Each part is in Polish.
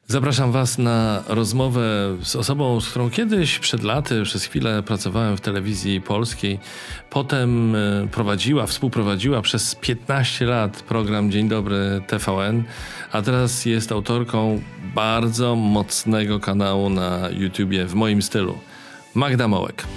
Zapraszam Was na rozmowę z osobą, z którą kiedyś przed laty przez chwilę pracowałem w telewizji polskiej. Potem współprowadziła przez 15 lat program Dzień Dobry TVN, a teraz jest autorką bardzo mocnego kanału na YouTubie w moim stylu. Magda Mołek.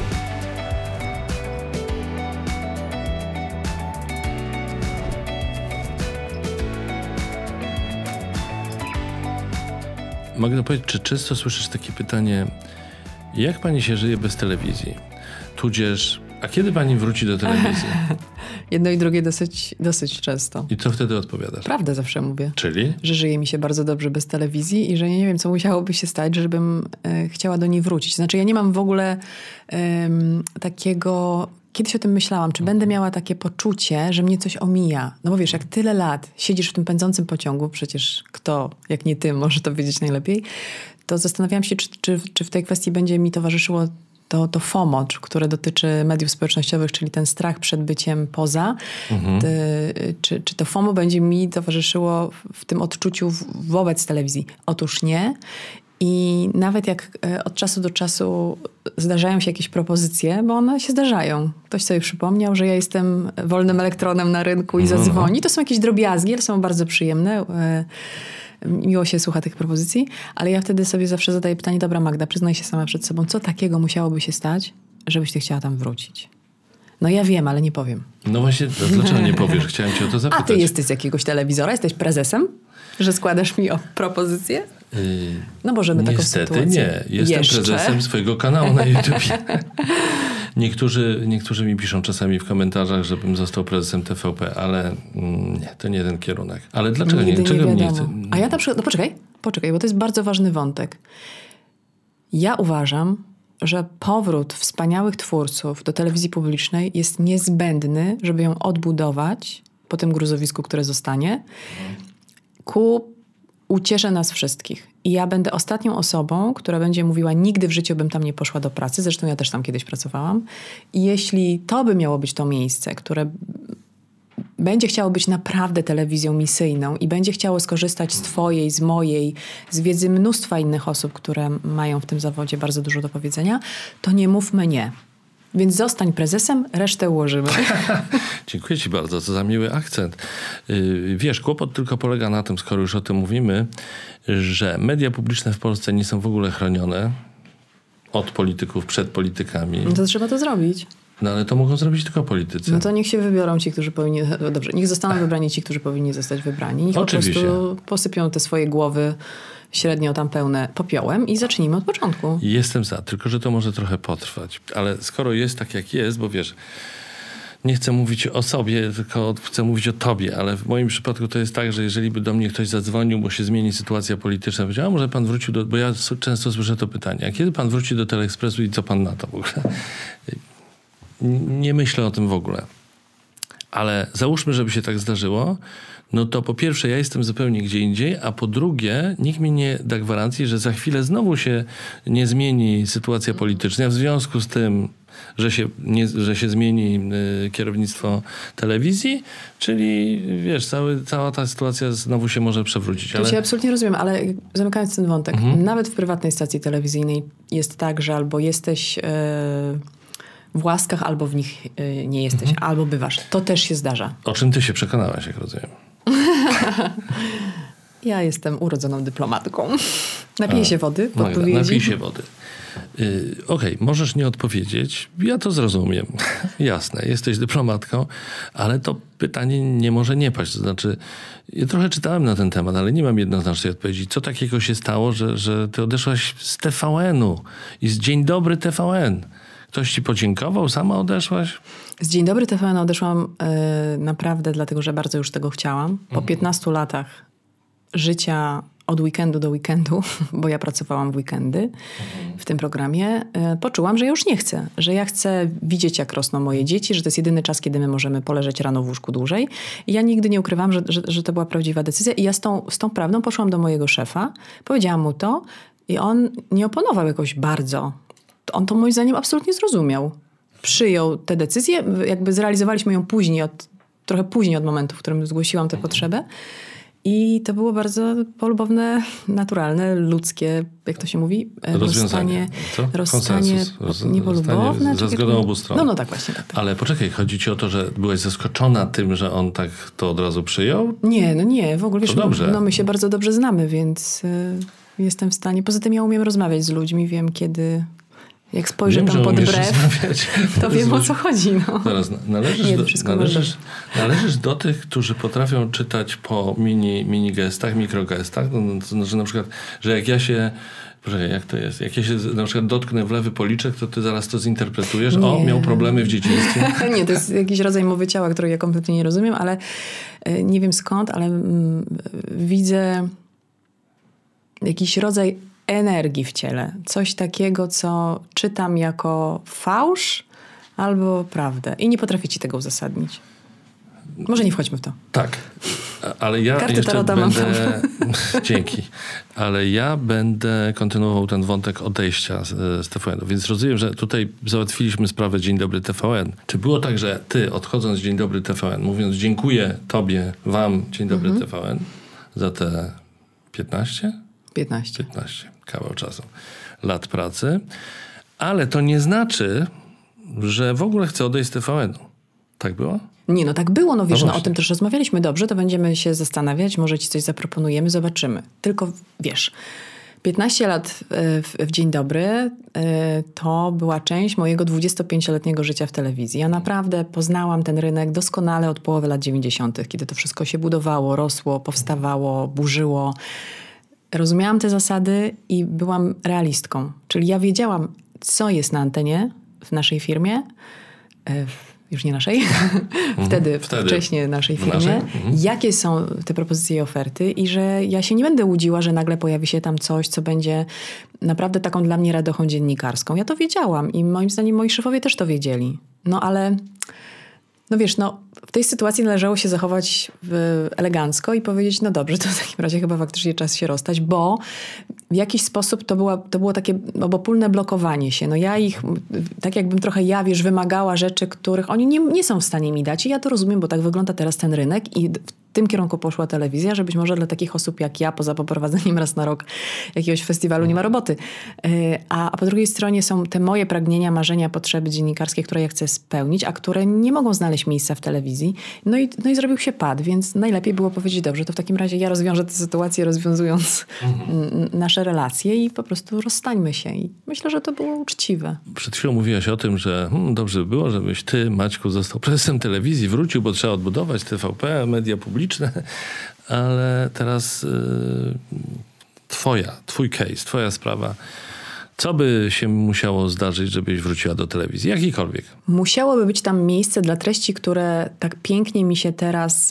Magda, powiedz, czy często słyszysz takie pytanie, jak pani się żyje bez telewizji? Tudzież, a kiedy pani wróci do telewizji? Jedno i drugie dosyć często. I co wtedy odpowiadasz? Prawdę zawsze mówię. Czyli? Że żyje mi się bardzo dobrze bez telewizji i że nie wiem, co musiałoby się stać, żebym chciała do niej wrócić. Znaczy, ja nie mam w ogóle takiego... Kiedyś o tym myślałam, czy będę miała takie poczucie, że mnie coś omija. No bo wiesz, jak tyle lat siedzisz w tym pędzącym pociągu, przecież kto, jak nie ty, może to wiedzieć najlepiej, to zastanawiałam się, czy w tej kwestii będzie mi towarzyszyło to FOMO, które dotyczy mediów społecznościowych, czyli ten strach przed byciem poza. Czy to FOMO będzie mi towarzyszyło w tym odczuciu wobec telewizji? Otóż nie. I nawet jak od czasu do czasu zdarzają się jakieś propozycje, bo one się zdarzają. Ktoś sobie przypomniał, że ja jestem wolnym elektronem na rynku i zadzwoni. To są jakieś drobiazgi, ale są bardzo przyjemne. Miło się słucha tych propozycji, ale ja wtedy sobie zawsze zadaję pytanie, dobra Magda, przyznaj się sama przed sobą, co takiego musiałoby się stać, żebyś ty chciała tam wrócić? No ja wiem, ale nie powiem. No właśnie, dlaczego nie powiesz? Chciałem cię o to zapytać. A ty jesteś z jakiegoś telewizora? Jesteś prezesem? Że składasz mi o propozycję? No możemy taką sytuację. Niestety nie. Jestem prezesem swojego kanału na YouTube. Niektórzy mi piszą czasami w komentarzach, żebym został prezesem TVP, ale nie, to nie ten kierunek. Ale dlaczego nie? Czego mnie chce? A ja na przykład... No poczekaj, bo to jest bardzo ważny wątek. Ja uważam, że powrót wspaniałych twórców do telewizji publicznej jest niezbędny, żeby ją odbudować po tym gruzowisku, które zostanie, ku ucieszę nas wszystkich. I ja będę ostatnią osobą, która będzie mówiła, nigdy w życiu bym tam nie poszła do pracy. Zresztą ja też tam kiedyś pracowałam. I jeśli to by miało być to miejsce, które będzie chciało być naprawdę telewizją misyjną i będzie chciało skorzystać z twojej, z mojej, z wiedzy mnóstwa innych osób, które mają w tym zawodzie bardzo dużo do powiedzenia, to nie mówmy nie. Więc zostań prezesem, resztę ułożymy. Dziękuję ci bardzo, co za miły akcent. Wiesz, kłopot tylko polega na tym, skoro już o tym mówimy, że media publiczne w Polsce nie są w ogóle chronione od polityków, przed politykami. No to trzeba to zrobić. No ale to mogą zrobić tylko politycy. No to niech się wybiorą ci, którzy powinni... Dobrze, niech zostaną wybrani ci, którzy powinni zostać wybrani. Niech oczywiście po prostu posypią te swoje głowy średnio tam pełne popiołem i zacznijmy od początku. Jestem za, tylko że to może trochę potrwać. Ale skoro jest tak, jak jest, bo wiesz, nie chcę mówić o sobie, tylko chcę mówić o tobie, ale w moim przypadku to jest tak, że jeżeli by do mnie ktoś zadzwonił, bo się zmieni sytuacja polityczna, powiedział, a może pan wrócił do... Bo ja często słyszę to pytanie, a kiedy pan wróci do Teleekspresu i co pan na to w ogóle? Nie myślę o tym w ogóle. Ale załóżmy, żeby się tak zdarzyło, no to po pierwsze ja jestem zupełnie gdzie indziej, a po drugie nikt mi nie da gwarancji, że za chwilę znowu się nie zmieni sytuacja polityczna w związku z tym, że się zmieni kierownictwo telewizji, czyli wiesz, cała ta sytuacja znowu się może przewrócić. To cię absolutnie rozumiem, ale zamykając ten wątek, nawet w prywatnej stacji telewizyjnej jest tak, że albo jesteś w łaskach, albo w nich nie jesteś, albo bywasz. To też się zdarza. O czym ty się przekonałaś, jak rozumiem? Ja jestem urodzoną dyplomatką. Napiję się wody w odpowiedzi. Napij się wody. Okej, możesz nie odpowiedzieć. Ja to zrozumiem. Jasne, jesteś dyplomatką, ale to pytanie nie może nie paść. To znaczy, ja trochę czytałem na ten temat, ale nie mam jednoznacznej odpowiedzi. Co takiego się stało, że ty odeszłaś z TVN-u i z Dzień Dobry TVN? Ktoś ci podziękował? Sama odeszłaś? Z Dzień Dobry TVN odeszłam naprawdę dlatego, że bardzo już tego chciałam. Po 15 latach życia od weekendu do weekendu, bo ja pracowałam w weekendy w tym programie, poczułam, że ja już nie chcę. Że ja chcę widzieć, jak rosną moje dzieci, że to jest jedyny czas, kiedy my możemy poleżeć rano w łóżku dłużej. I ja nigdy nie ukrywam, że to była prawdziwa decyzja. I ja z tą prawdą poszłam do mojego szefa, powiedziałam mu to i on nie oponował jakoś bardzo. On to moim zdaniem absolutnie zrozumiał. Przyjął tę decyzję, jakby zrealizowaliśmy ją trochę później od momentu, w którym zgłosiłam tę potrzebę. I to było bardzo polubowne, naturalne, ludzkie, jak to się mówi? Rozwiązanie. Rozstanie niepolubowne. Za zgodą obu stron. No tak właśnie. Tak. Ale poczekaj, chodzi ci o to, że byłaś zaskoczona tym, że on tak to od razu przyjął? Nie, w ogóle wiesz, dobrze. My się bardzo dobrze znamy, więc jestem w stanie. Poza tym ja umiem rozmawiać z ludźmi, wiem kiedy... Jak spojrzę tam pod brew, to wiem o co chodzi. No. Zaraz, należysz do tych, którzy potrafią czytać po mini gestach, mikrogestach. To znaczy na przykład, że jak ja się... Poczekaj, jak to jest? Jak ja się na przykład dotknę w lewy policzek, to ty zaraz to zinterpretujesz. Nie. O, miał problemy w dzieciństwie. Nie, to jest jakiś rodzaj mowy ciała, której ja kompletnie nie rozumiem, ale nie wiem skąd, ale widzę jakiś rodzaj energii w ciele. Coś takiego, co czytam jako fałsz albo prawdę. I nie potrafię ci tego uzasadnić. Może nie wchodźmy w to. Tak. Ale ja Karty jeszcze tarota będę... Dzięki. Ale ja będę kontynuował ten wątek odejścia z TVN-u. Więc rozumiem, że tutaj załatwiliśmy sprawę Dzień Dobry TVN. Czy było tak, że ty odchodząc z Dzień Dobry TVN, mówiąc dziękuję tobie, wam Dzień Dobry TVN za te 15? 15. Kawał czasu. Lat pracy. Ale to nie znaczy, że w ogóle chcę odejść z TVN-u. Tak było? Nie, no tak było, no wiesz, o tym też rozmawialiśmy. Dobrze, to będziemy się zastanawiać, może ci coś zaproponujemy, zobaczymy. Tylko wiesz, 15 lat w Dzień Dobry to była część mojego 25-letniego życia w telewizji. Ja naprawdę poznałam ten rynek doskonale od połowy lat 90., kiedy to wszystko się budowało, rosło, powstawało, burzyło. Rozumiałam te zasady i byłam realistką. Czyli ja wiedziałam, co jest na antenie w naszej firmie, już nie naszej, wtedy wcześniej naszej firmie, jakie są te propozycje i oferty i że ja się nie będę łudziła, że nagle pojawi się tam coś, co będzie naprawdę taką dla mnie radochą dziennikarską. Ja to wiedziałam i moim zdaniem moi szefowie też to wiedzieli. No ale... No wiesz, w tej sytuacji należało się zachować elegancko i powiedzieć, no dobrze, to w takim razie chyba faktycznie czas się rozstać, bo w jakiś sposób to było takie obopólne blokowanie się. No ja ich, tak jakbym trochę wymagała rzeczy, których oni nie są w stanie mi dać i ja to rozumiem, bo tak wygląda teraz ten rynek i w tym kierunku poszła telewizja, że być może dla takich osób jak ja, poza poprowadzeniem raz na rok jakiegoś festiwalu nie ma roboty. A po drugiej stronie są te moje pragnienia, marzenia, potrzeby dziennikarskie, które ja chcę spełnić, a które nie mogą znaleźć miejsca w telewizji. No i zrobił się pad, więc najlepiej było powiedzieć, dobrze, to w takim razie ja rozwiążę tę sytuację, rozwiązując nasze relacje i po prostu rozstańmy się. I myślę, że to było uczciwe. Przed chwilą mówiłaś o tym, że dobrze by było, żebyś ty, Maćku, został prezesem telewizji, wrócił, bo trzeba odbudować TVP, media publiczne, ale teraz twój case, twoja sprawa. Co by się musiało zdarzyć, żebyś wróciła do telewizji? Jakikolwiek. Musiałoby być tam miejsce dla treści, które tak pięknie mi się teraz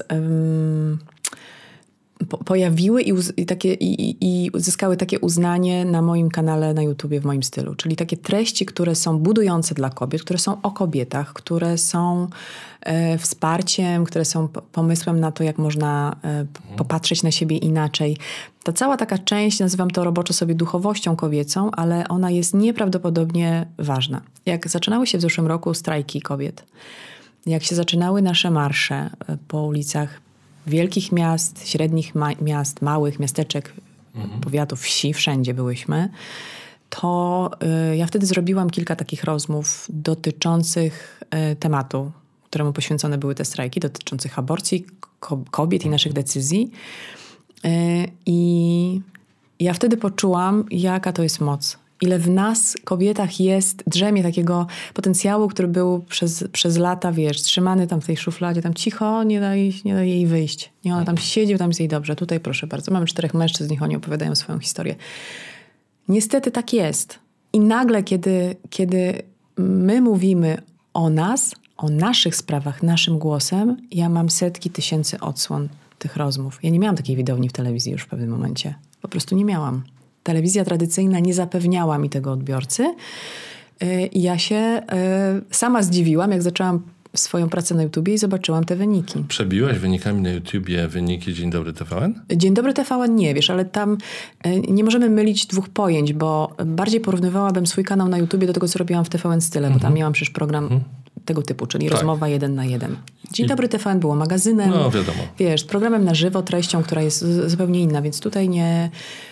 pojawiły i uzyskały takie uznanie na moim kanale na YouTubie w moim stylu. Czyli takie treści, które są budujące dla kobiet, które są o kobietach, które są wsparciem, które są pomysłem na to, jak można popatrzeć na siebie inaczej. Ta cała taka część, nazywam to roboczo sobie duchowością kobiecą, ale ona jest nieprawdopodobnie ważna. Jak zaczynały się w zeszłym roku strajki kobiet, jak się zaczynały nasze marsze po ulicach wielkich miast, średnich miast, małych miasteczek, powiatów, wsi, wszędzie byłyśmy, to ja wtedy zrobiłam kilka takich rozmów dotyczących tematu, któremu poświęcone były te strajki, dotyczących aborcji, kobiet i naszych decyzji. I ja wtedy poczułam, jaka to jest moc. Ile w nas, kobietach, drzemie takiego potencjału, który był przez lata, trzymany tam w tej szufladzie, tam cicho, nie daj jej wyjść. Nie, ona tam siedzi, tam jest jej dobrze. Tutaj proszę bardzo, mamy 4 mężczyzn, niech oni opowiadają swoją historię. Niestety tak jest. I nagle, kiedy my mówimy o nas, o naszych sprawach, naszym głosem, ja mam setki tysięcy odsłon tych rozmów. Ja nie miałam takiej widowni w telewizji już w pewnym momencie. Po prostu nie miałam. Telewizja tradycyjna nie zapewniała mi tego odbiorcy. I ja się sama zdziwiłam, jak zaczęłam swoją pracę na YouTubie i zobaczyłam te wyniki. Przebiłaś wynikami na YouTubie wyniki Dzień Dobry TVN? Dzień Dobry TVN nie, ale tam nie możemy mylić 2 pojęć, bo bardziej porównywałabym swój kanał na YouTubie do tego, co robiłam w TVN Style, bo tam miałam przecież program tego typu, czyli rozmowa 1 na 1. Dzień dobry TVN było magazynem. No wiadomo. Wiesz, programem na żywo, treścią, która jest zupełnie inna, więc tutaj nie...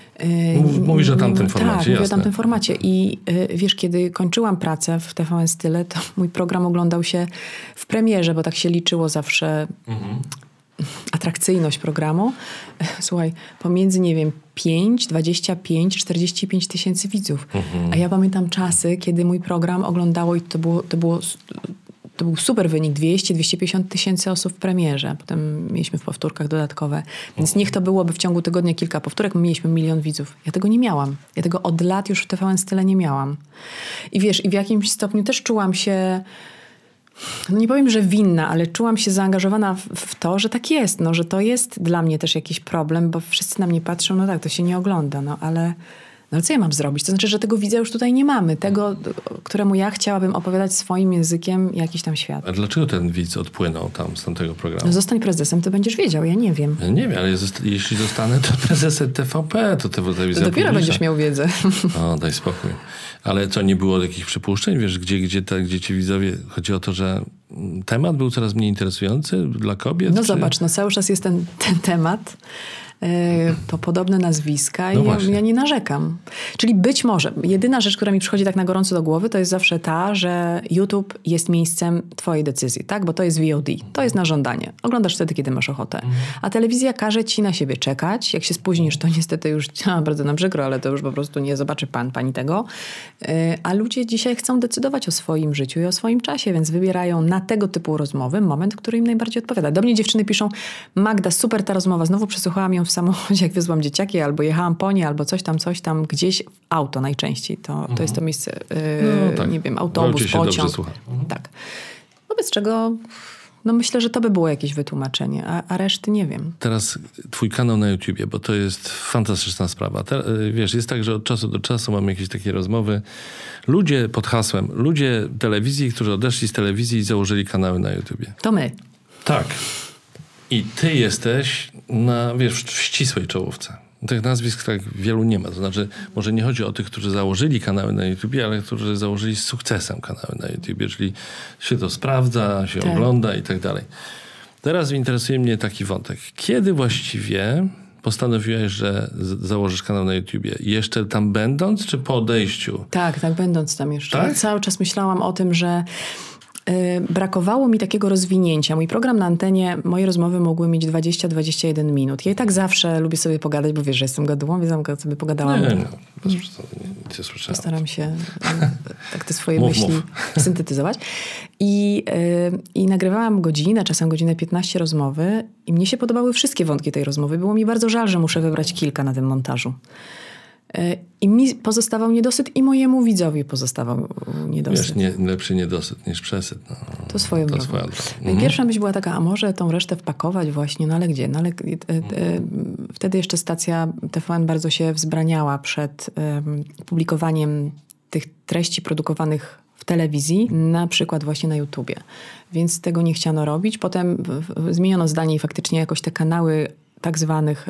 Mówisz o tamtym formacie, tak, mówię o tamtym formacie. I wiesz, kiedy kończyłam pracę w TVN Style, to mój program oglądał się w premierze, bo tak się liczyło zawsze atrakcyjność programu. Słuchaj, pomiędzy, nie wiem, 5, 25, 45 tysięcy widzów. A ja pamiętam czasy, kiedy mój program oglądało i to był super wynik, 200-250 tysięcy osób w premierze. Potem mieliśmy w powtórkach dodatkowe. Więc niech to byłoby w ciągu tygodnia kilka powtórek, mieliśmy 1 milion widzów. Ja tego nie miałam. Ja tego od lat już w TVN Style nie miałam. I wiesz, i w jakimś stopniu też czułam się, no nie powiem, że winna, ale czułam się zaangażowana w to, że tak jest. No, że to jest dla mnie też jakiś problem, bo wszyscy na mnie patrzą, no tak, to się nie ogląda, no ale co ja mam zrobić? To znaczy, że tego widza już tutaj nie mamy. Tego, któremu ja chciałabym opowiadać swoim językiem jakiś tam świat. A dlaczego ten widz odpłynął tam z tamtego programu? No zostań prezesem, to będziesz wiedział, ja nie wiem. Ja nie wiem, ale jeśli zostanę to prezesem TVP, to telewizja To dopiero publiczna. będziesz miał wiedzę. O, daj spokój. Ale co, nie było takich przypuszczeń? Wiesz, gdzie ci widzowie... Chodzi o to, że temat był coraz mniej interesujący dla kobiet? No zobacz, no cały czas jest ten temat, to podobne nazwiska i ja nie narzekam. Czyli być może, jedyna rzecz, która mi przychodzi tak na gorąco do głowy, to jest zawsze ta, że YouTube jest miejscem twojej decyzji, tak? Bo to jest VOD, to jest na żądanie. Oglądasz wtedy, kiedy masz ochotę. A telewizja każe ci na siebie czekać. Jak się spóźnisz, to niestety już bardzo nam przykro, ale to już po prostu nie zobaczy pani tego. A ludzie dzisiaj chcą decydować o swoim życiu i o swoim czasie, więc wybierają na tego typu rozmowy moment, który im najbardziej odpowiada. Do mnie dziewczyny piszą: Magda, super ta rozmowa, znowu przesłuchałam ją w samochodzie, jak wiozłam dzieciaki, albo jechałam po nie, albo coś tam, gdzieś w auto najczęściej. To jest to miejsce, nie wiem, autobus, pociąg. Tak. Wobec czego myślę, że to by było jakieś wytłumaczenie, a reszty nie wiem. Teraz twój kanał na YouTubie, bo to jest fantastyczna sprawa. Wiesz, jest tak, że od czasu do czasu mamy jakieś takie rozmowy. Ludzie pod hasłem, ludzie telewizji, którzy odeszli z telewizji i założyli kanały na YouTubie. To my. Tak. I ty jesteś w ścisłej czołówce. Tych nazwisk tak wielu nie ma. To znaczy, może nie chodzi o tych, którzy założyli kanały na YouTubie, ale którzy założyli z sukcesem kanały na YouTubie, czyli się to sprawdza, się ogląda i tak dalej. Teraz interesuje mnie taki wątek. Kiedy właściwie postanowiłeś, że założysz kanał na YouTubie? Jeszcze tam będąc, czy po odejściu? Tak, będąc tam jeszcze. Tak? Ja cały czas myślałam o tym, że brakowało mi takiego rozwinięcia. Mój program na antenie, moje rozmowy mogły mieć 20-21 minut. Ja i tak zawsze lubię sobie pogadać, bo wiesz, że jestem gadułą, więc sobie pogadałam. Nie, nic nie słyszałem. Postaram się tak te swoje myśli syntetyzować. I nagrywałam godzinę, czasem godzinę 15 rozmowy i mnie się podobały wszystkie wątki tej rozmowy. Było mi bardzo żal, że muszę wybrać kilka na tym montażu. I mi pozostawał niedosyt i mojemu widzowi pozostawał niedosyt. Wiesz, lepszy niedosyt niż przesyt. No, to swoją drogą. Pierwsza myśl była taka, a może tą resztę wpakować właśnie, no ale gdzie? No ale wtedy jeszcze stacja TVN bardzo się wzbraniała przed publikowaniem tych treści produkowanych w telewizji, na przykład właśnie na YouTubie. Więc tego nie chciano robić. Potem zmieniono zdanie i faktycznie jakoś te kanały tak zwanych,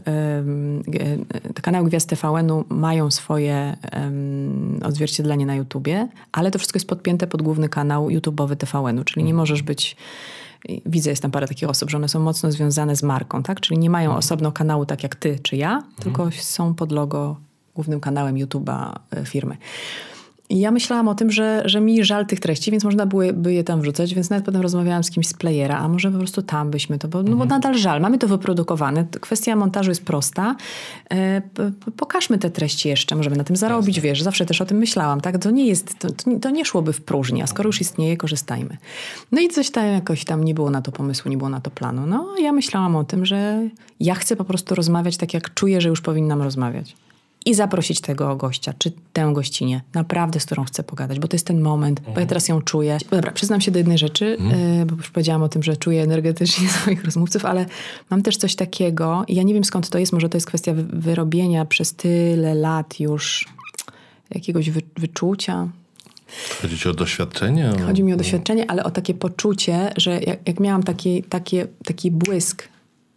te kanały gwiazd TVN-u mają swoje odzwierciedlenie na YouTubie, ale to wszystko jest podpięte pod główny kanał YouTube'owy TVN-u, czyli nie możesz być, widzę, jest tam parę takich osób, że one są mocno związane z marką, tak? Czyli nie mają osobno kanału tak jak ty czy ja, tylko są pod logo głównym kanałem YouTube'a firmy. I ja myślałam o tym, że mi żal tych treści, więc można byłoby je tam wrzucać, więc nawet potem rozmawiałam z kimś z Playera, a może po prostu tam byśmy to, bo nadal żal. Mamy to wyprodukowane, kwestia montażu jest prosta. Pokażmy te treści jeszcze, możemy na tym zarobić, wiesz, zawsze też o tym myślałam, tak? To nie szłoby w próżni, a skoro już istnieje, korzystajmy. No i coś tam jakoś tam nie było na to pomysłu, nie było na to planu. No ja myślałam o tym, że ja chcę po prostu rozmawiać tak, jak czuję, że już powinnam rozmawiać. I zaprosić tego gościa, czy tę gościnię, naprawdę, z którą chcę pogadać, bo to jest ten moment, bo ja teraz ją czuję. Dobra, przyznam się do jednej rzeczy, bo już powiedziałam o tym, że czuję energetycznie swoich rozmówców, ale mam też coś takiego i ja nie wiem, skąd to jest, może to jest kwestia wyrobienia przez tyle lat już jakiegoś wyczucia. Chodzi ci o doświadczenie? Chodzi mi o doświadczenie, ale o takie poczucie, że jak miałam taki błysk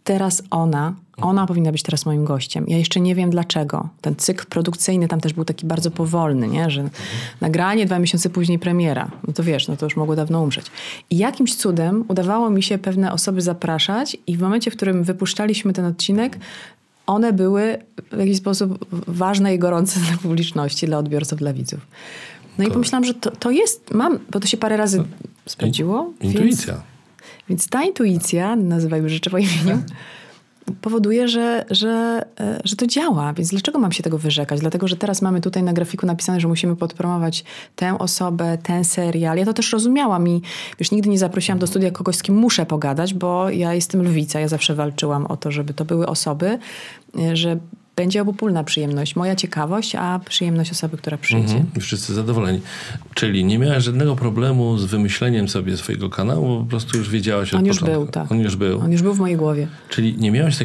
teraz ona powinna być teraz moim gościem. Ja jeszcze nie wiem dlaczego. Ten cykl produkcyjny tam też był taki bardzo powolny, nie? Że nagranie, 2 miesiące później premiera. No to wiesz, no to już mogło dawno umrzeć. I jakimś cudem udawało mi się pewne osoby zapraszać i w momencie, w którym wypuszczaliśmy ten odcinek, one były w jakiś sposób ważne i gorące dla publiczności, dla odbiorców, dla widzów. No i pomyślałam, że to jest, bo to się parę razy sprawdziło. Intuicja. Więc ta intuicja, nazywajmy rzeczy po imieniu, powoduje, że to działa. Więc dlaczego mam się tego wyrzekać? Dlatego, że teraz mamy tutaj na grafiku napisane, że musimy podpromować tę osobę, ten serial. Ja to też rozumiałam i wiesz, nigdy nie zaprosiłam do studia kogoś, z kim muszę pogadać, bo ja jestem lwica. Ja zawsze walczyłam o to, żeby to były osoby, że będzie obopólna przyjemność. Moja ciekawość, a przyjemność osoby, która przyjdzie. I wszyscy zadowoleni. Czyli nie miałaś żadnego problemu z wymyśleniem sobie swojego kanału, bo po prostu już wiedziałaś od początku. Był, tak. On już był. On już był w mojej głowie. Czyli nie miałaś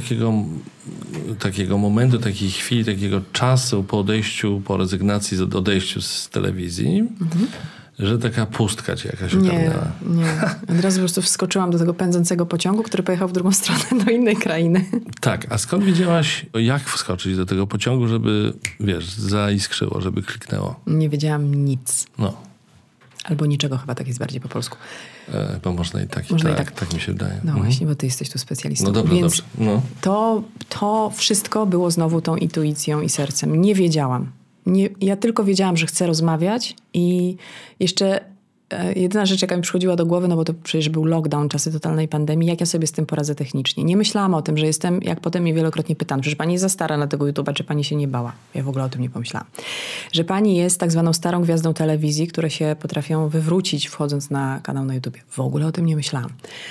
takiego momentu, takiej chwili, takiego czasu po rezygnacji, odejściu z telewizji, że taka pustka cię jakaś ogarnęła. Nie. Od razu po prostu wskoczyłam do tego pędzącego pociągu, który pojechał w drugą stronę do innej krainy. Tak, a skąd wiedziałaś, jak wskoczyć do tego pociągu, żeby, wiesz, zaiskrzyło, żeby kliknęło? Nie wiedziałam nic. No. Albo niczego, chyba tak jest bardziej po polsku. Bo można i tak. Tak mi się wydaje. No właśnie, bo ty jesteś tu specjalistą. No dobrze, Więc dobrze. No. To wszystko było znowu tą intuicją i sercem. Nie wiedziałam. Ja tylko wiedziałam, że chcę rozmawiać i jeszcze jedyna rzecz, jaka mi przychodziła do głowy, no bo to przecież był lockdown, czasy totalnej pandemii, jak ja sobie z tym poradzę technicznie. Nie myślałam o tym, że jestem, jak potem mnie wielokrotnie pytam, przecież pani jest za stara na tego YouTube'a, czy pani się nie bała? Ja w ogóle o tym nie pomyślałam. Że pani jest tak zwaną starą gwiazdą telewizji, które się potrafią wywrócić wchodząc na kanał na YouTubie. W ogóle o tym nie myślałam.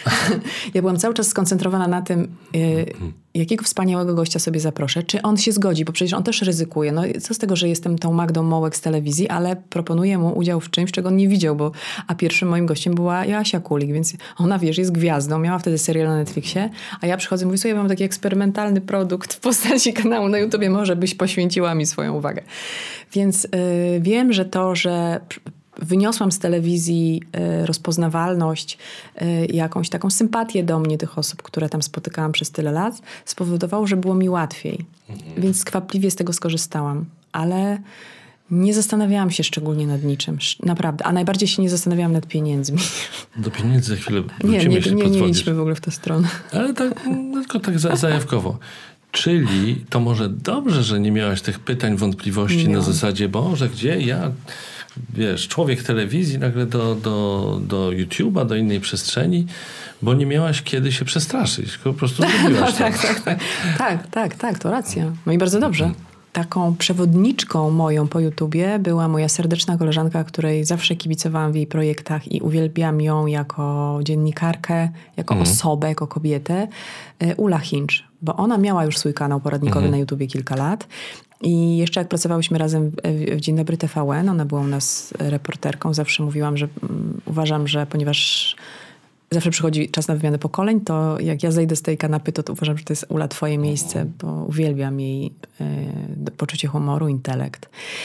Ja byłam cały czas skoncentrowana na tym, jakiego wspaniałego gościa sobie zaproszę, czy on się zgodzi, bo przecież on też ryzykuje. No co z tego, że jestem tą Magdą Mołek z telewizji, ale proponuję mu udział w czymś, czego on nie widział, a pierwszym moim gościem była Joasia Kulik, więc ona, wiesz, jest gwiazdą, miała wtedy serial na Netflixie, a ja przychodzę i mówię, ja mam taki eksperymentalny produkt w postaci kanału na YouTubie, może byś poświęciła mi swoją uwagę. Więc wiem, że to, że wyniosłam z telewizji rozpoznawalność, jakąś taką sympatię do mnie tych osób, które tam spotykałam przez tyle lat, spowodowało, że było mi łatwiej. Więc skwapliwie z tego skorzystałam. Ale nie zastanawiałam się szczególnie nad niczym. Naprawdę. A najbardziej się nie zastanawiałam nad pieniędzmi. Do pieniędzy za chwilę wrócimy, nie idźmy w ogóle w tę stronę. Ale tak, tylko tak zajawkowo. Czyli to może dobrze, że nie miałaś tych pytań, wątpliwości na zasadzie, Boże, gdzie ja... Wiesz, człowiek telewizji nagle do YouTube'a, do innej przestrzeni, bo nie miałaś kiedy się przestraszyć. Po prostu zrobiłaś Tak, to racja. No i bardzo dobrze. Taką przewodniczką moją po YouTubie była moja serdeczna koleżanka, której zawsze kibicowałam w jej projektach i uwielbiam ją jako dziennikarkę, jako osobę, jako kobietę, Ula Hinch. Bo ona miała już swój kanał poradnikowy na YouTubie kilka lat. I jeszcze jak pracowałyśmy razem w Dzień Dobry TVN, ona była u nas reporterką, zawsze mówiłam, że uważam, że ponieważ zawsze przychodzi czas na wymianę pokoleń, to jak ja zejdę z tej kanapy, to uważam, że to jest, Ula, twoje miejsce, bo uwielbiam jej poczucie humoru, intelekt.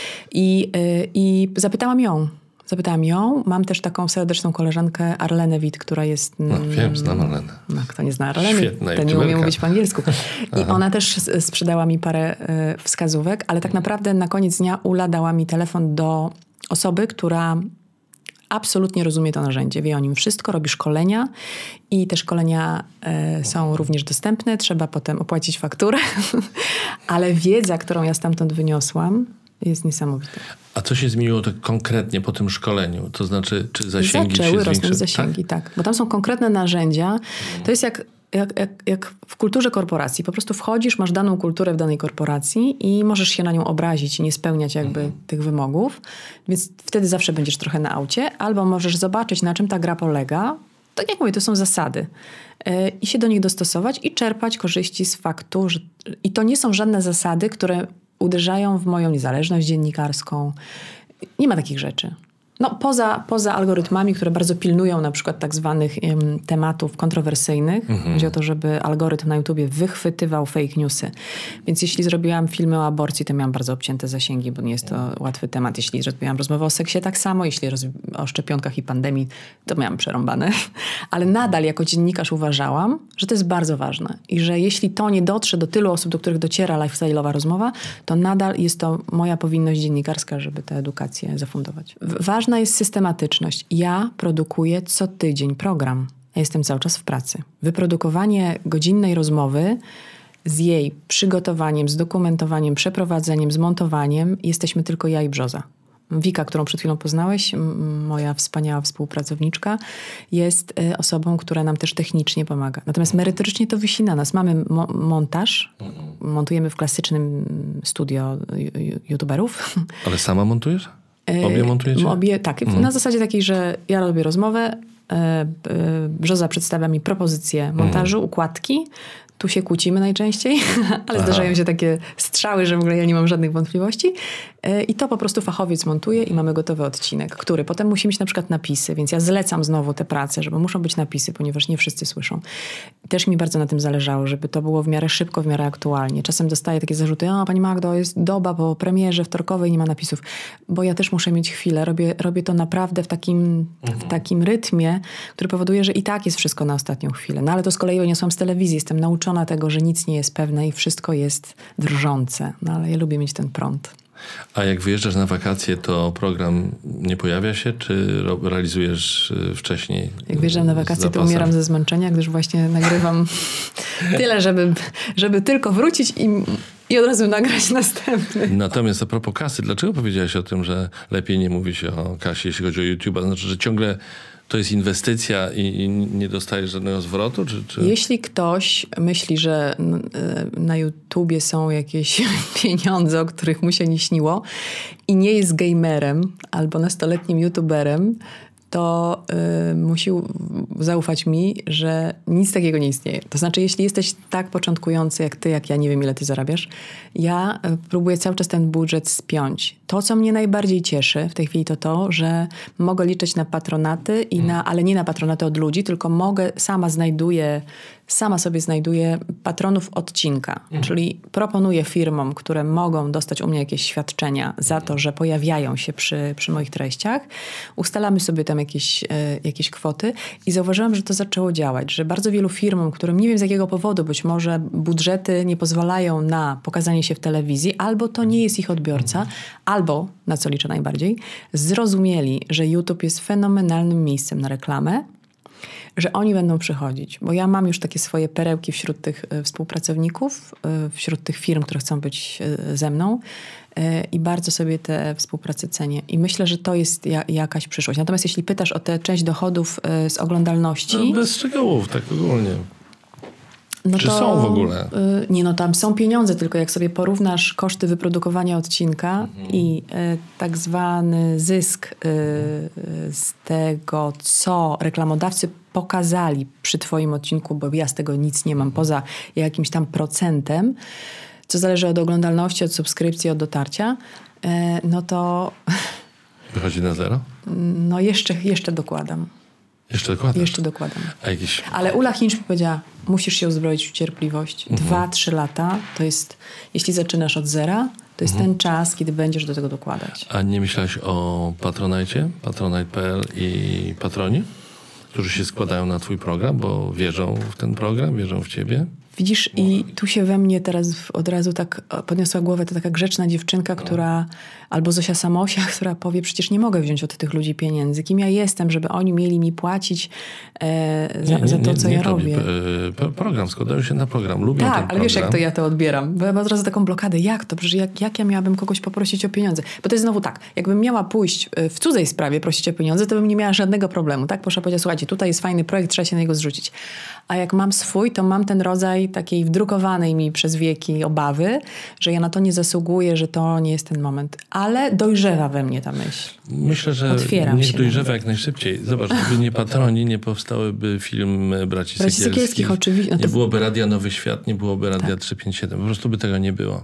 I zapytałam ją. Mam też taką serdeczną koleżankę Arlenę Witt, która jest... wiem, znam Arlenę. No, kto nie zna Arleny, świetna to nie umie mówić po angielsku. I ona też sprzedała mi parę wskazówek, ale tak naprawdę na koniec dnia Ula dała mi telefon do osoby, która absolutnie rozumie to narzędzie. Wie o nim wszystko, robi szkolenia i te szkolenia są również dostępne. Trzeba potem opłacić fakturę, ale wiedza, którą ja stamtąd wyniosłam, jest niesamowite. A co się zmieniło tak konkretnie po tym szkoleniu? To znaczy, czy zasięgi zaczęły się zwiększyły? Rosnąć zasięgi, tak. Bo tam są konkretne narzędzia. To jest jak w kulturze korporacji. Po prostu wchodzisz, masz daną kulturę w danej korporacji i możesz się na nią obrazić i nie spełniać jakby tych wymogów. Więc wtedy zawsze będziesz trochę na aucie. Albo możesz zobaczyć, na czym ta gra polega. Tak jak mówię, to są zasady. I się do nich dostosować i czerpać korzyści z faktu, że... I to nie są żadne zasady, które uderzają w moją niezależność dziennikarską. Nie ma takich rzeczy. No, poza algorytmami, które bardzo pilnują na przykład tak zwanych tematów kontrowersyjnych. Chodzi o to, żeby algorytm na YouTubie wychwytywał fake newsy. Więc jeśli zrobiłam filmy o aborcji, to miałam bardzo obcięte zasięgi, bo nie jest to łatwy temat. Jeśli zrobiłam rozmowę o seksie, tak samo. Jeśli o szczepionkach i pandemii, to miałam przerąbane. Ale nadal jako dziennikarz uważałam, że to jest bardzo ważne. I że jeśli to nie dotrze do tylu osób, do których dociera lifestyle'owa rozmowa, to nadal jest to moja powinność dziennikarska, żeby tę edukację zafundować. Ważna jest systematyczność. Ja produkuję co tydzień program. Ja jestem cały czas w pracy. Wyprodukowanie godzinnej rozmowy z jej przygotowaniem, zdokumentowaniem, przeprowadzeniem, zmontowaniem jesteśmy tylko ja i Brzoza. Wika, którą przed chwilą poznałeś, moja wspaniała współpracowniczka, jest osobą, która nam też technicznie pomaga. Natomiast merytorycznie to wisi na nas. Mamy montaż, montujemy w klasycznym studio youtuberów. Ale sama montujesz? Obie montujecie? Obie, tak. Na zasadzie takiej, że ja robię rozmowę, Brzoza przedstawia mi propozycję montażu, układki. Tu się kłócimy najczęściej, ale zdarzają się takie strzały, że w ogóle ja nie mam żadnych wątpliwości. I to po prostu fachowiec montuje i mamy gotowy odcinek, który potem musi mieć na przykład napisy, więc ja zlecam znowu te prace, żeby muszą być napisy, ponieważ nie wszyscy słyszą. Też mi bardzo na tym zależało, żeby to było w miarę szybko, w miarę aktualnie. Czasem dostaję takie zarzuty, pani Magdo, jest doba po premierze wtorkowej, nie ma napisów. Bo ja też muszę mieć chwilę. Robię to naprawdę w takim rytmie, który powoduje, że i tak jest wszystko na ostatnią chwilę. No ale to z kolei wyniosłam z telewizji. Jestem nauczona tego, że nic nie jest pewne i wszystko jest drżące. No ale ja lubię mieć ten prąd. A jak wyjeżdżasz na wakacje, to program nie pojawia się, czy realizujesz wcześniej? Jak wyjeżdżam na wakacje, to umieram ze zmęczenia, gdyż właśnie nagrywam tyle, żeby tylko wrócić i od razu nagrać następny. Natomiast a propos kasy, dlaczego powiedziałaś o tym, że lepiej nie mówi się o kasie, jeśli chodzi o YouTube'a? Znaczy, że ciągle to jest inwestycja i nie dostajesz żadnego zwrotu? Czy? Jeśli ktoś myśli, że na YouTubie są jakieś pieniądze, o których mu się nie śniło i nie jest gamerem albo nastoletnim YouTuberem, to musi zaufać mi, że nic takiego nie istnieje. To znaczy, jeśli jesteś tak początkujący jak ty, jak ja, nie wiem ile ty zarabiasz, ja próbuję cały czas ten budżet spiąć. To, co mnie najbardziej cieszy w tej chwili, to, że mogę liczyć na patronaty, ale nie na patronaty od ludzi, tylko sama sobie znajduję patronów odcinka. Czyli proponuję firmom, które mogą dostać u mnie jakieś świadczenia za to, że pojawiają się przy moich treściach. Ustalamy sobie tam jakieś kwoty i zauważyłam, że to zaczęło działać, że bardzo wielu firmom, którym nie wiem z jakiego powodu, być może budżety nie pozwalają na pokazanie się w telewizji, albo to nie jest ich odbiorca, albo, na co liczę najbardziej, zrozumieli, że YouTube jest fenomenalnym miejscem na reklamę, że oni będą przychodzić. Bo ja mam już takie swoje perełki wśród tych współpracowników, wśród tych firm, które chcą być ze mną i bardzo sobie tę współpracę cenię. I myślę, że to jest jakaś przyszłość. Natomiast jeśli pytasz o tę część dochodów z oglądalności... No bez szczegółów, tak ogólnie. No czy są w ogóle? Tam są pieniądze, tylko jak sobie porównasz koszty wyprodukowania odcinka i tak zwany zysk z tego, co reklamodawcy pokazali przy twoim odcinku, bo ja z tego nic nie mam poza jakimś tam procentem, co zależy od oglądalności, od subskrypcji, od dotarcia, to... Wychodzi na zero? No jeszcze dokładam. Jeszcze dokładam? Jeszcze dokładam. A Ale Ula Hinch mi powiedziała, musisz się uzbroić w cierpliwość. 2-3 lata to jest, jeśli zaczynasz od zera, to jest ten czas, kiedy będziesz do tego dokładać. A nie myślałeś o Patronite, Patronite.pl i Patroni, którzy się składają na twój program, bo wierzą w ten program, wierzą w ciebie? Widzisz, i tu się we mnie teraz od razu tak podniosła głowę ta taka grzeczna dziewczynka, która, albo Zosia Samosia, która powie, przecież nie mogę wziąć od tych ludzi pieniędzy. Kim ja jestem, żeby oni mieli mi płacić za to, co ja robię. Program, składają się na program, lubią ten program. Ale wiesz, jak to ja to odbieram. Bo ja mam od razu taką blokadę. Jak to? Przecież jak ja miałabym kogoś poprosić o pieniądze? Bo to jest znowu tak, jakbym miała pójść w cudzej sprawie prosić o pieniądze, to bym nie miała żadnego problemu. Tak? Proszę powiedzieć, słuchajcie, tutaj jest fajny projekt, trzeba się na niego zrzucić. A jak mam swój, to mam ten rodzaj takiej wdrukowanej mi przez wieki obawy, że ja na to nie zasługuję, że to nie jest ten moment. Ale dojrzewa we mnie ta myśl. Myślę, że niech dojrzewa jak najszybciej. Zobacz, gdyby nie Patroni, nie powstałyby film Braci Sekielskich. Oczywiście. Nie byłoby Radia Nowy Świat, nie byłoby Radia 357. Po prostu by tego nie było.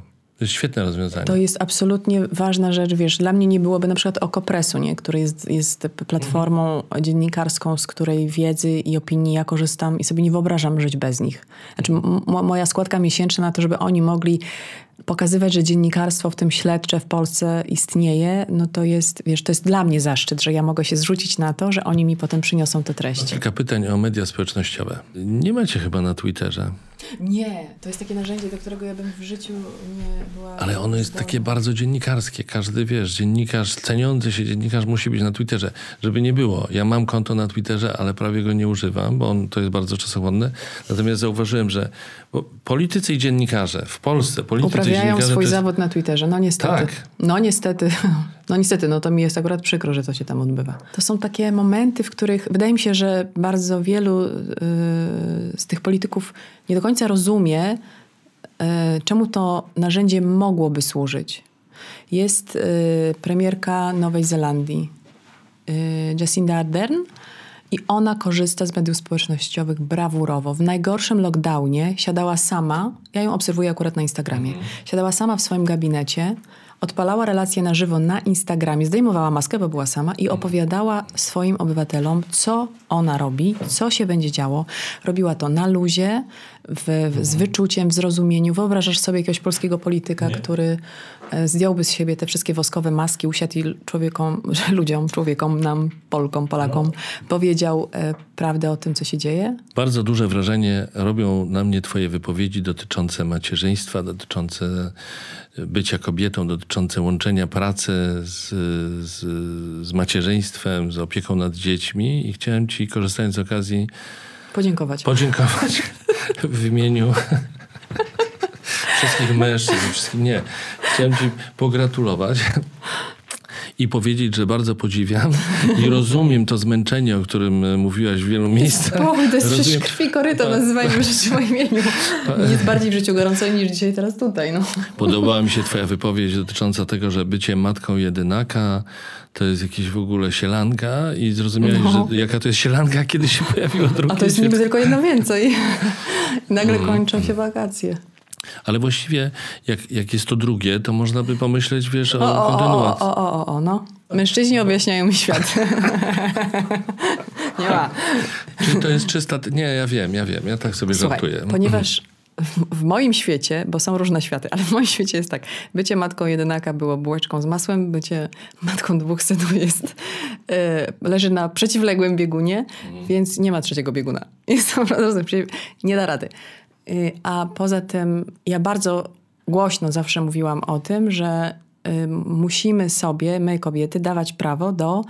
To jest świetne rozwiązanie. To jest absolutnie ważna rzecz, wiesz, dla mnie nie byłoby na przykład Okopresu, nie? Który jest platformą dziennikarską, z której wiedzy i opinii ja korzystam i sobie nie wyobrażam żyć bez nich. Znaczy moja składka miesięczna na to, żeby oni mogli pokazywać, że dziennikarstwo, w tym śledcze w Polsce istnieje, no to jest, wiesz, to jest dla mnie zaszczyt, że ja mogę się zrzucić na to, że oni mi potem przyniosą te treści. Kilka pytań o media społecznościowe. Nie macie chyba na Twitterze. Nie, to jest takie narzędzie, do którego ja bym w życiu nie była... Ale ono jest takie bardzo dziennikarskie. Każdy, wiesz, dziennikarz, ceniący się dziennikarz musi być na Twitterze. Żeby nie było. Ja mam konto na Twitterze, ale prawie go nie używam, bo to jest bardzo czasochłonne. Natomiast zauważyłem, że politycy i dziennikarze w Polsce... Uprawiają swój zawód na Twitterze. No niestety. Tak. No niestety, no to mi jest akurat przykro, że to się tam odbywa. To są takie momenty, w których wydaje mi się, że bardzo wielu z tych polityków nie do końca rozumie, czemu to narzędzie mogłoby służyć. Jest premierka Nowej Zelandii, Jacinda Ardern, i ona korzysta z mediów społecznościowych brawurowo. W najgorszym lockdownie siadała sama, ja ją obserwuję akurat na Instagramie, siadała sama w swoim gabinecie, odpalała relacje na żywo na Instagramie, zdejmowała maskę, bo była sama i opowiadała swoim obywatelom, co ona robi, co się będzie działo. Robiła to na luzie, z wyczuciem, w zrozumieniu. Wyobrażasz sobie jakiegoś polskiego polityka, który zdjąłby z siebie te wszystkie woskowe maski, usiadł i człowiekom, nam, Polkom, Polakom, powiedział prawdę o tym, co się dzieje? Bardzo duże wrażenie robią na mnie twoje wypowiedzi dotyczące macierzyństwa, dotyczące bycia kobietą, dotyczące łączenia pracy z macierzyństwem, z opieką nad dziećmi i chciałem ci, korzystając z okazji, podziękować w imieniu wszystkich mężczyzn, nie. Chciałem ci pogratulować i powiedzieć, że bardzo podziwiam i rozumiem to zmęczenie, o którym mówiłaś w wielu miejscach. Spokój, to jest przecież krwi koryto, nazywajmy rzeczy po imieniu. Jest bardziej w życiu gorąco niż dzisiaj teraz tutaj. No. Podobała mi się twoja wypowiedź dotycząca tego, że bycie matką jedynaka to jest jakaś w ogóle sielanka i zrozumiałeś, że jaka to jest sielanka, kiedy się pojawiło drugie. A to jest niby tylko jedno więcej. Nagle kończą się wakacje. Ale właściwie, jak jest to drugie, to można by pomyśleć, wiesz, o kontynuacji. No. Mężczyźni objaśniają mi świat. Nie ma. Czyli to jest czysta... Nie, ja wiem. Ja tak sobie żartuję. Ponieważ w moim świecie, bo są różne światy, ale w moim świecie jest tak. Bycie matką jedynaka było bułeczką z masłem, bycie matką dwóch synów leży na przeciwległym biegunie, więc nie ma trzeciego bieguna. Jest to naprawdę, nie da rady. A poza tym ja bardzo głośno zawsze mówiłam o tym, że musimy sobie, my kobiety, dawać prawo do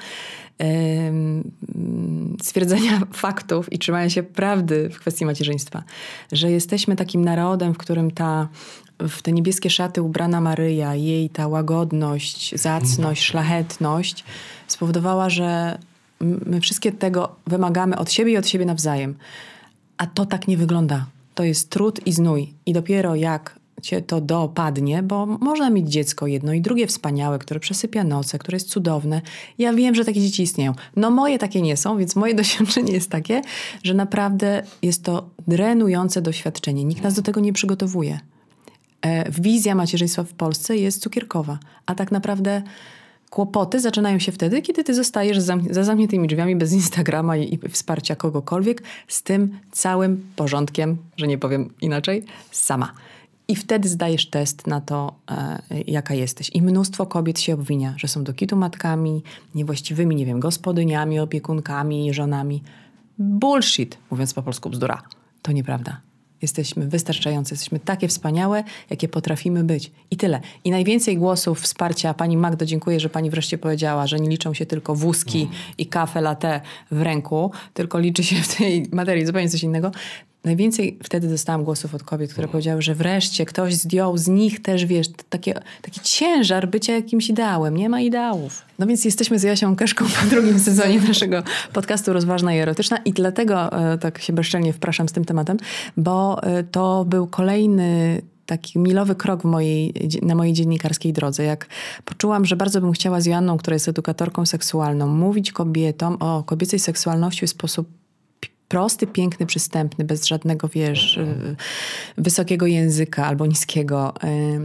stwierdzenia faktów i trzymania się prawdy w kwestii macierzyństwa. Że jesteśmy takim narodem, w którym w te niebieskie szaty ubrana Maryja, jej ta łagodność, zacność, szlachetność spowodowała, że my wszystkie tego wymagamy od siebie i od siebie nawzajem. A to tak nie wygląda. To jest trud i znój. I dopiero jak cię to dopadnie, bo można mieć dziecko jedno i drugie wspaniałe, które przesypia noce, które jest cudowne. Ja wiem, że takie dzieci istnieją. No moje takie nie są, więc moje doświadczenie jest takie, że naprawdę jest to drenujące doświadczenie. Nikt nas do tego nie przygotowuje. Wizja macierzyństwa w Polsce jest cukierkowa. A tak naprawdę kłopoty zaczynają się wtedy, kiedy ty zostajesz za zamkniętymi drzwiami bez Instagrama i wsparcia kogokolwiek z tym całym porządkiem, że nie powiem inaczej, sama. I wtedy zdajesz test na to, jaka jesteś. I mnóstwo kobiet się obwinia, że są do kitu matkami, niewłaściwymi, nie wiem, gospodyniami, opiekunkami, żonami. Bullshit, mówiąc po polsku, bzdura. To nieprawda. Jesteśmy wystarczające, jesteśmy takie wspaniałe, jakie potrafimy być. I tyle. I najwięcej głosów wsparcia. Pani Magdo, dziękuję, że pani wreszcie powiedziała, że nie liczą się tylko wózki i kafe latte w ręku, tylko liczy się w tej materii zupełnie coś innego. Najwięcej wtedy dostałam głosów od kobiet, które powiedziały, że wreszcie ktoś zdjął z nich też, wiesz, taki ciężar bycia jakimś ideałem. Nie ma ideałów. No więc jesteśmy z Jasią Keszką po drugim sezonie naszego podcastu Rozważna i Erotyczna i dlatego tak się bezczelnie wpraszam z tym tematem, bo to był kolejny taki milowy krok na mojej dziennikarskiej drodze. Jak poczułam, że bardzo bym chciała z Joanną, która jest edukatorką seksualną, mówić kobietom o kobiecej seksualności w sposób prosty, piękny, przystępny, bez żadnego, wiesz, wysokiego języka albo niskiego.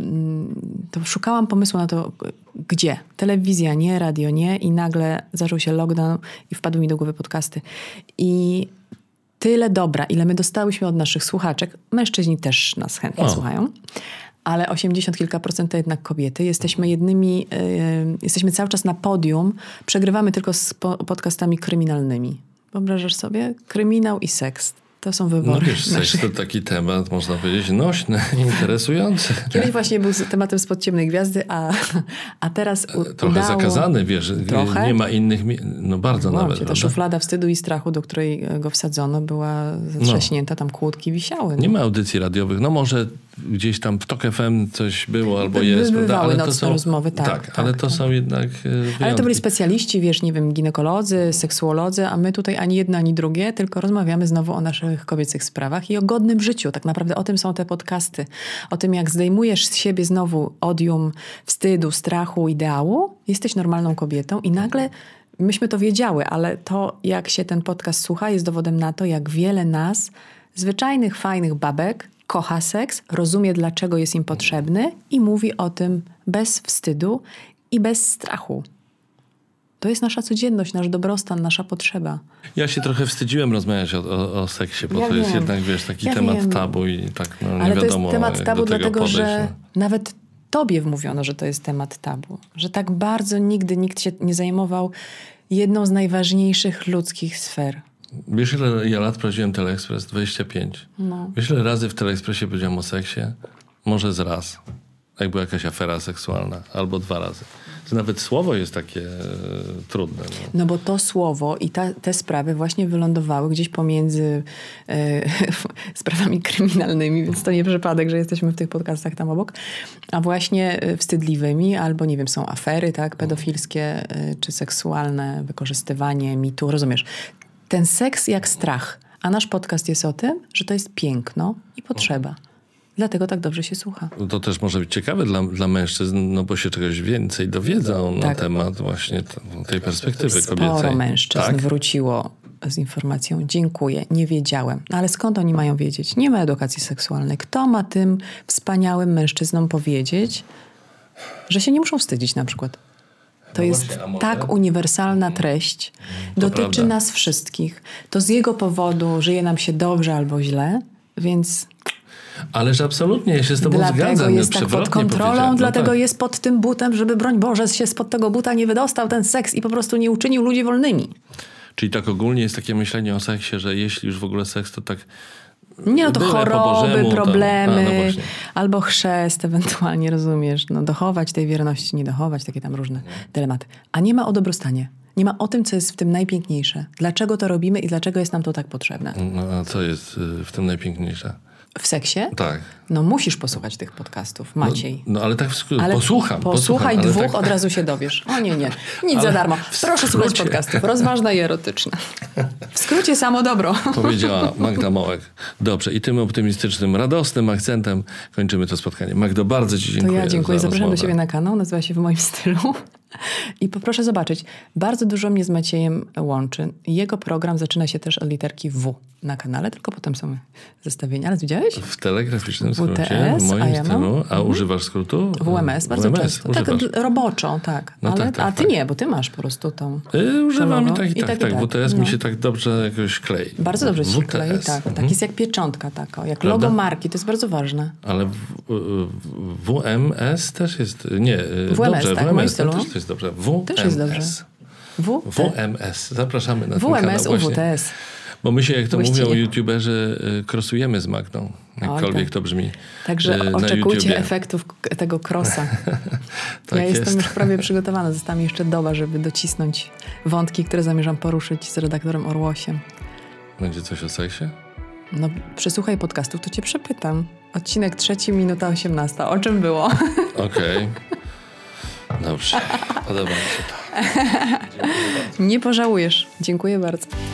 To szukałam pomysłu na to, gdzie. Telewizja nie, radio nie i nagle zaczął się lockdown i wpadły mi do głowy podcasty. I tyle dobra, ile my dostałyśmy od naszych słuchaczek. Mężczyźni też nas chętnie słuchają. Ale 80 kilka procent to jednak kobiety. Jesteśmy cały czas na podium. Przegrywamy tylko z podcastami kryminalnymi. Wyobrażasz sobie? Kryminał i seks. To są wybory. No wiesz, seks to taki temat, można powiedzieć, nośny, interesujący. Kiedyś właśnie był tematem Spod ciemnej gwiazdy, a teraz trochę zakazany, wiesz. Trochę? Nie ma innych, no bardzo nawet. Ta szuflada wstydu i strachu, do której go wsadzono, była zatrzaśnięta, tam kłódki wisiały. No. Nie ma audycji radiowych. No może gdzieś tam w TOK FM coś było albo jest. Bywały nocne rozmowy, tak. Ale to są jednak wyjątki. Ale to byli specjaliści, wiesz, nie wiem, ginekolodzy, seksuolodzy, a my tutaj ani jedno, ani drugie, tylko rozmawiamy znowu o naszych kobiecych sprawach i o godnym życiu. Tak naprawdę o tym są te podcasty. O tym, jak zdejmujesz z siebie znowu odium wstydu, strachu, ideału, jesteś normalną kobietą i nagle myśmy to wiedziały, ale to, jak się ten podcast słucha, jest dowodem na to, jak wiele nas, zwyczajnych, fajnych babek, kocha seks, rozumie, dlaczego jest im potrzebny i mówi o tym bez wstydu i bez strachu. To jest nasza codzienność, nasz dobrostan, nasza potrzeba. Ja się trochę wstydziłem rozmawiać o seksie, bo to jest jednak, wiesz, taki temat tabu i tak, no nie wiadomo. Ale to jest temat tabu dlatego, podejść, że nawet tobie wmówiono, że to jest temat tabu. Że tak bardzo nigdy nikt się nie zajmował jedną z najważniejszych ludzkich sfer. Wiesz, ile ja lat prowadziłem Teleekspres? 25. No. Wiesz, ile razy w Teleekspresie powiedziałem o seksie? Może z raz. Jak była jakaś afera seksualna. Albo 2 razy. To nawet słowo jest takie trudne. No bo to słowo i te sprawy właśnie wylądowały gdzieś pomiędzy sprawami kryminalnymi, więc to nie przypadek, że jesteśmy w tych podcastach tam obok, a właśnie wstydliwymi, albo nie wiem, są afery, tak, pedofilskie czy seksualne, wykorzystywanie mitu, rozumiesz? Ten seks jak strach, a nasz podcast jest o tym, że to jest piękno i potrzeba. Dlatego tak dobrze się słucha. To też może być ciekawe dla mężczyzn, no bo się czegoś więcej dowiedzą na temat właśnie tej perspektywy kobiecej. Sporo mężczyzn wróciło z informacją: dziękuję, nie wiedziałem. No ale skąd oni mają wiedzieć? Nie ma edukacji seksualnej. Kto ma tym wspaniałym mężczyznom powiedzieć, że się nie muszą wstydzić na przykład? To jest tak uniwersalna treść. Dotyczy nas wszystkich. To z jego powodu żyje nam się dobrze albo źle, więc... Ależ absolutnie, ja się z tobą zgadzam. Dlatego jest tak pod kontrolą, dlatego jest pod tym butem, żeby broń Boże się spod tego buta nie wydostał ten seks i po prostu nie uczynił ludzi wolnymi. Czyli tak ogólnie jest takie myślenie o seksie, że jeśli już w ogóle seks, to tak... Nie, no to choroby, problemy, albo chrzest ewentualnie, rozumiesz. No dochować tej wierności, nie dochować, takie tam różne dylematy. A nie ma o dobrostanie. Nie ma o tym, co jest w tym najpiękniejsze. Dlaczego to robimy i dlaczego jest nam to tak potrzebne. No a co jest w tym najpiękniejsze? W seksie? Tak. No musisz posłuchać tych podcastów, Maciej. No ale tak posłucham. Posłuchaj dwóch, tak... od razu się dowiesz. O nie. Nic za darmo. Proszę słuchać podcastów. Rozważne i erotyczne. W skrócie samo dobro. Powiedziała Magda Mołek. Dobrze. I tym optymistycznym, radosnym akcentem kończymy to spotkanie. Magdo, bardzo ci dziękuję. To ja dziękuję. Zapraszam rozmowę. do siebie na kanał. Nazywa się W moim stylu. I poproszę zobaczyć. Bardzo dużo mnie z Maciejem łączy. Jego program zaczyna się też od literki W na kanale, tylko potem są zestawienia. Ale widziałeś? W telegraficznym skrócie, WTS, w moim stylu. A używasz skrótu? WMS, bardzo często. Tak, roboczo, tak. No ale, tak. A ty nie, bo ty masz po prostu tą... Używam i tak. WTS mi się tak dobrze jakoś klei. Bardzo dobrze się klei, tak. Tak jest jak pieczątka taka, jak logo marki, to jest bardzo ważne. Ale WMS też jest... Nie, WMS, dobrze, tak, WMS stylu. też jest dobrze. WMS. Też jest dobrze. WMS. Zapraszamy na ten kanał WMS, UWTS. Bo my się, jak to mówią youtuberzy, krosujemy z Magdą. Jakkolwiek to brzmi. Także oczekujcie efektów tego krosa. Tak ja jestem już prawie przygotowana. Została mi jeszcze doba, żeby docisnąć wątki, które zamierzam poruszyć z redaktorem Orłosiem. Będzie coś o seksie? No, przesłuchaj podcastów, to cię przepytam. Odcinek 3, minuta 18. O czym było? Okej. Dobrze. Podoba mi się to. Nie pożałujesz. Dziękuję bardzo.